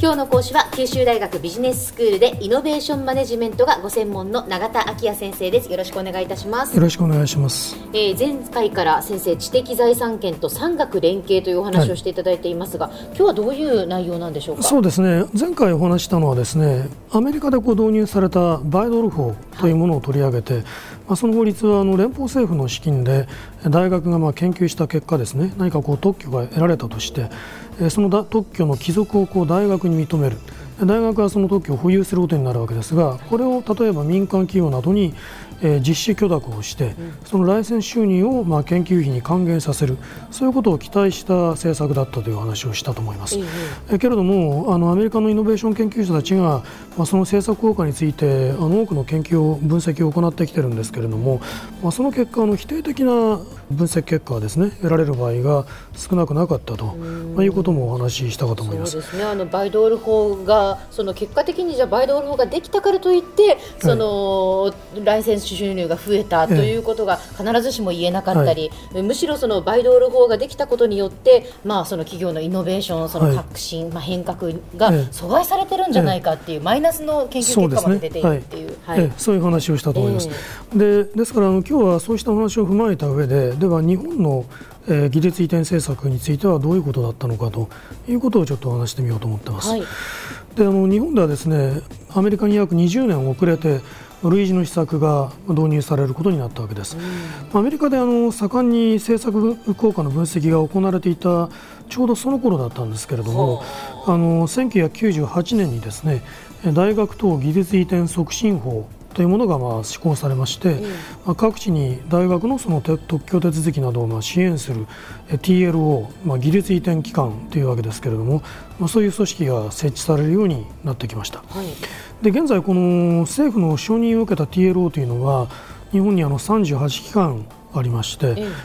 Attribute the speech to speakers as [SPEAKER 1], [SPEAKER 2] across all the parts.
[SPEAKER 1] 今日の講師は九州大学ビジネススクールでイノベーションマネジメントがご専門の永田昭也先生です。よろしくお願いいたします。
[SPEAKER 2] よろしくお願いします。
[SPEAKER 1] 前回から先生、知的財産権と産学連携というお話をしていただいていますが、今日はどういう内容なんでしょうか。
[SPEAKER 2] そうですね、前回お話したのはですね、アメリカで導入されたバイドル法というものを取り上げて、その法律は連邦政府の資金で大学が研究した結果ですね、何か特許が得られたとして、その特許の帰属を大学に認める。大学はその特許を保有することになるわけですが、これを例えば民間企業などに実施許諾をして、そのライセンス収入を研究費に還元させる、そういうことを期待した政策だったという話をしたと思います。けれどもアメリカのイノベーション研究者たちが、その政策効果について多くの研究を分析を行ってきているんですけれども、その結果否定的な分析結果はですね、得られる場合が少なくなかったということもお話ししたかと思います。
[SPEAKER 1] そうですね、バイドル法が結果的にじゃあバイドル法ができたからといってライセンス収入が増えたということが必ずしも言えなかったり、むしろバイドル法ができたことによって、企業のイノベーション、革新、変革が阻害されてるんじゃないかっていう、マイナスの研究結果まで出ているっていう、
[SPEAKER 2] そういう話をしたと思います。ですから今日はそうした話を踏まえた上で、では日本の技術移転政策についてはどういうことだったのかということをちょっと話してみようと思っています。で日本ではですね、アメリカに約20年遅れて類似の施策が導入されることになったわけです。アメリカで盛んに政策効果の分析が行われていたちょうどその頃だったんですけれども、1998年にですね、大学等技術移転促進法というものが施行されまして、各地に大学のその特許手続きなどを支援する TLO、技術移転機関というわけですけれども、そういう組織が設置されるようになってきました。で現在この政府の承認を受けた TLO というのは日本に38機関ありまして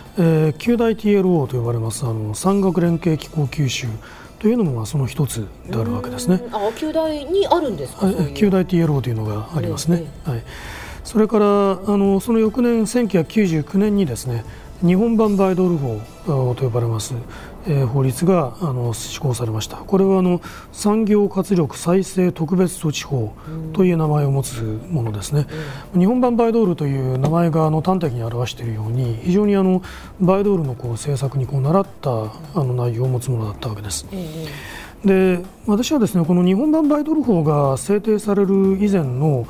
[SPEAKER 2] 、9大 TLO と呼ばれます産学連携機構九州というのもその一つであるわけですね。
[SPEAKER 1] 9大にあるんですか。
[SPEAKER 2] 9大 TLO というのがありますね。それからその翌年1999年にですね、日本版バイドル法と呼ばれます、法律が施行されました。これは産業活力再生特別措置法という名前を持つものですね。日本版バイドールという名前が端的に表しているように、非常にバイドールの政策に習った内容を持つものだったわけです。で私はですね、この日本版バイドル法が制定される以前の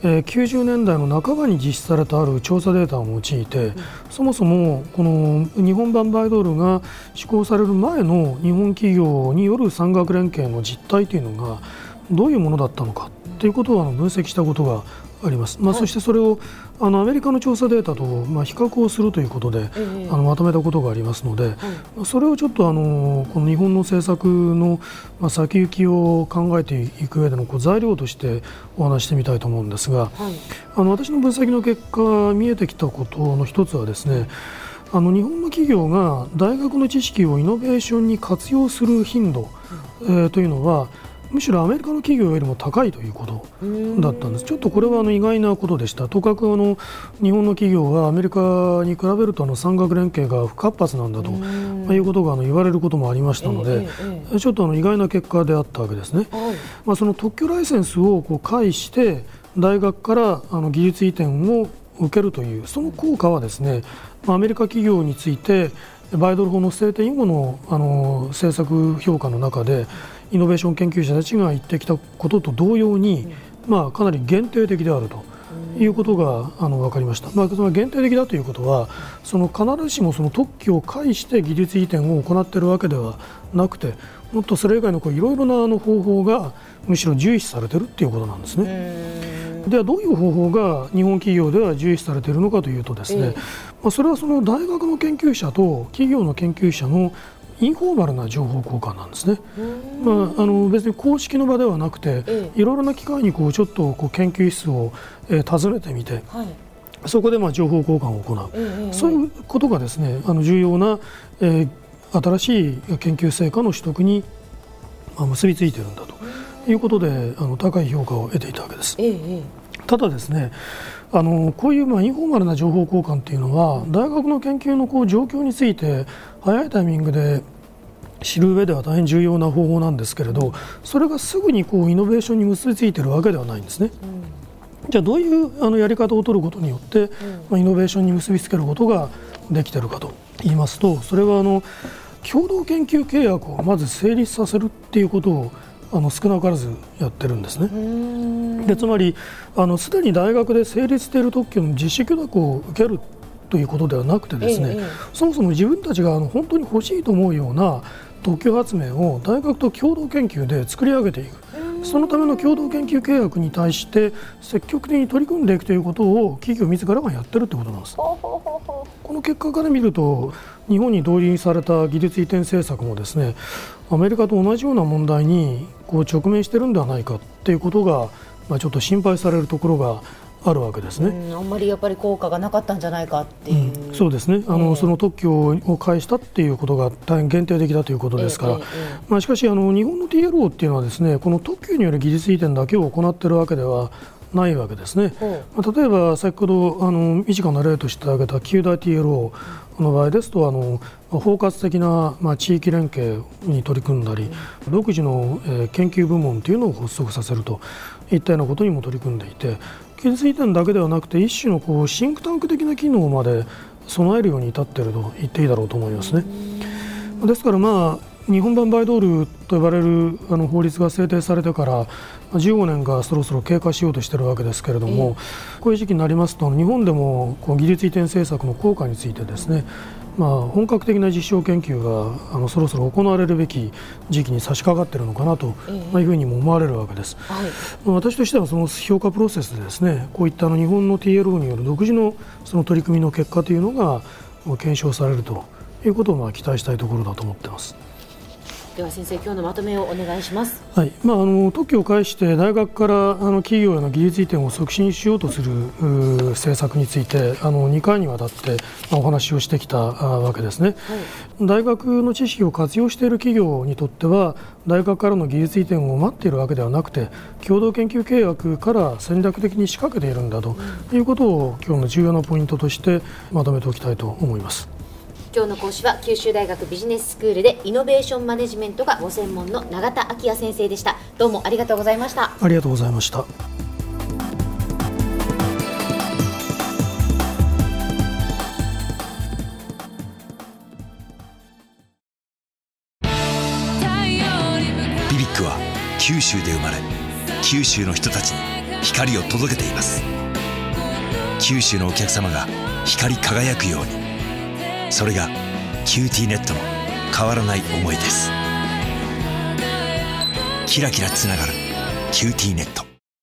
[SPEAKER 2] 90年代の半ばに実施されたある調査データを用いて、そもそもこの日本版バイドルが施行される前の日本企業による産学連携の実態というのがどういうものだったのかということを分析したことがあります。そしてそれをアメリカの調査データと比較をするということでまとめたことがありますので、それをちょっとこの日本の政策の先行きを考えていく上での材料としてお話してみたいと思うんですが、私の分析の結果見えてきたことの一つはですね、日本の企業が大学の知識をイノベーションに活用する頻度、というのはむしろアメリカの企業よりも高いということだったんです。ちょっとこれは意外なことでした。とかく日本の企業はアメリカに比べると産学連携が不活発なんだということが言われることもありましたので、ちょっと意外な結果であったわけですね。その特許ライセンスを介して大学から技術移転を受けるというその効果はですね、アメリカ企業についてバイドル法の制定以後の政策評価の中でイノベーション研究者たちが言ってきたことと同様に、かなり限定的であるということが分かりました。その限定的だということは必ずしもその特許を介して技術移転を行っているわけではなくて、もっとそれ以外のいろいろな方法がむしろ重視されているということなんですね。ではどういう方法が日本企業では重視されているのかというとですね、それはその大学の研究者と企業の研究者のインフォーマルな情報交換なんですね。別に公式の場ではなくて、いろいろな機会にちょっと研究室を訪ねてみて、そこで情報交換を行う、そういうことがですね重要な、新しい研究成果の取得に結びついているんだということで高い評価を得ていたわけです。ただですね、こういうインフォーマルな情報交換というのは大学の研究の状況について早いタイミングで知る上では大変重要な方法なんですけれど、それがすぐにイノベーションに結びついているわけではないんですね。じゃあどういうやり方を取ることによって、イノベーションに結びつけることができているかと言いますと、それは共同研究契約をまず成立させるっていうことを少なからずやってるんですね。でつまりすでに大学で成立している特許の実施許諾を受けるということではなくてですね、そもそも自分たちが本当に欲しいと思うような特許発明を大学と共同研究で作り上げていく、そのための共同研究契約に対して積極的に取り組んでいくということを企業自らがやっているということなんです。この結果から見ると、日本に導入された技術移転政策もですね、アメリカと同じような問題に直面しているんではないかということが、ちょっと心配されるところがあるわけですね。
[SPEAKER 1] あんまりやっぱり効果がなかったんじゃないかっていう、
[SPEAKER 2] そうですね。その特許を返したっていうことが大変限定的だということですから、しかし日本の TLO っていうのはですね、この特許による技術移転だけを行っているわけではないわけですね。例えば先ほど身近な例として挙げた九大 TLO の場合ですと包括的な、地域連携に取り組んだり、独自の、研究部門というのを発足させるといったようなことにも取り組んでいて、技術移転だけではなくて一種のシンクタンク的な機能まで備えるように至っていると言っていいだろうと思いますね。ですから日本版バイドールと呼ばれる法律が制定されてから15年がそろそろ経過しようとしているわけですけれども、こういう時期になりますと日本でも技術移転政策の効果についてですね、本格的な実証研究がそろそろ行われるべき時期に差し掛かっているのかなというふうにも思われるわけです。私としてはその評価プロセスでですね、こういった日本の TLO による独自のその取り組みの結果というのが検証されるということを期待したいところだと思っています。
[SPEAKER 1] では先生、今日のまとめをお願いします。
[SPEAKER 2] 特許を介して大学から企業への技術移転を促進しようとする政策について2回にわたってお話をしてきたわけですね。大学の知識を活用している企業にとっては大学からの技術移転を待っているわけではなくて、共同研究契約から戦略的に仕掛けているんだということを今日の重要なポイントとしてまとめておきたいと思います。
[SPEAKER 1] 今日の講師は九州大学ビジネススクールでイノベーションマネジメントがご専門の永田昭也先生でした。どうもありがとうございました。
[SPEAKER 2] ありがとうございました。
[SPEAKER 3] ビビックは九州で生まれ、九州の人たちに光を届けています。九州のお客様が光り輝くように、それがキューティーネットの変わらない思いです。キラキラつながるキューティーネット。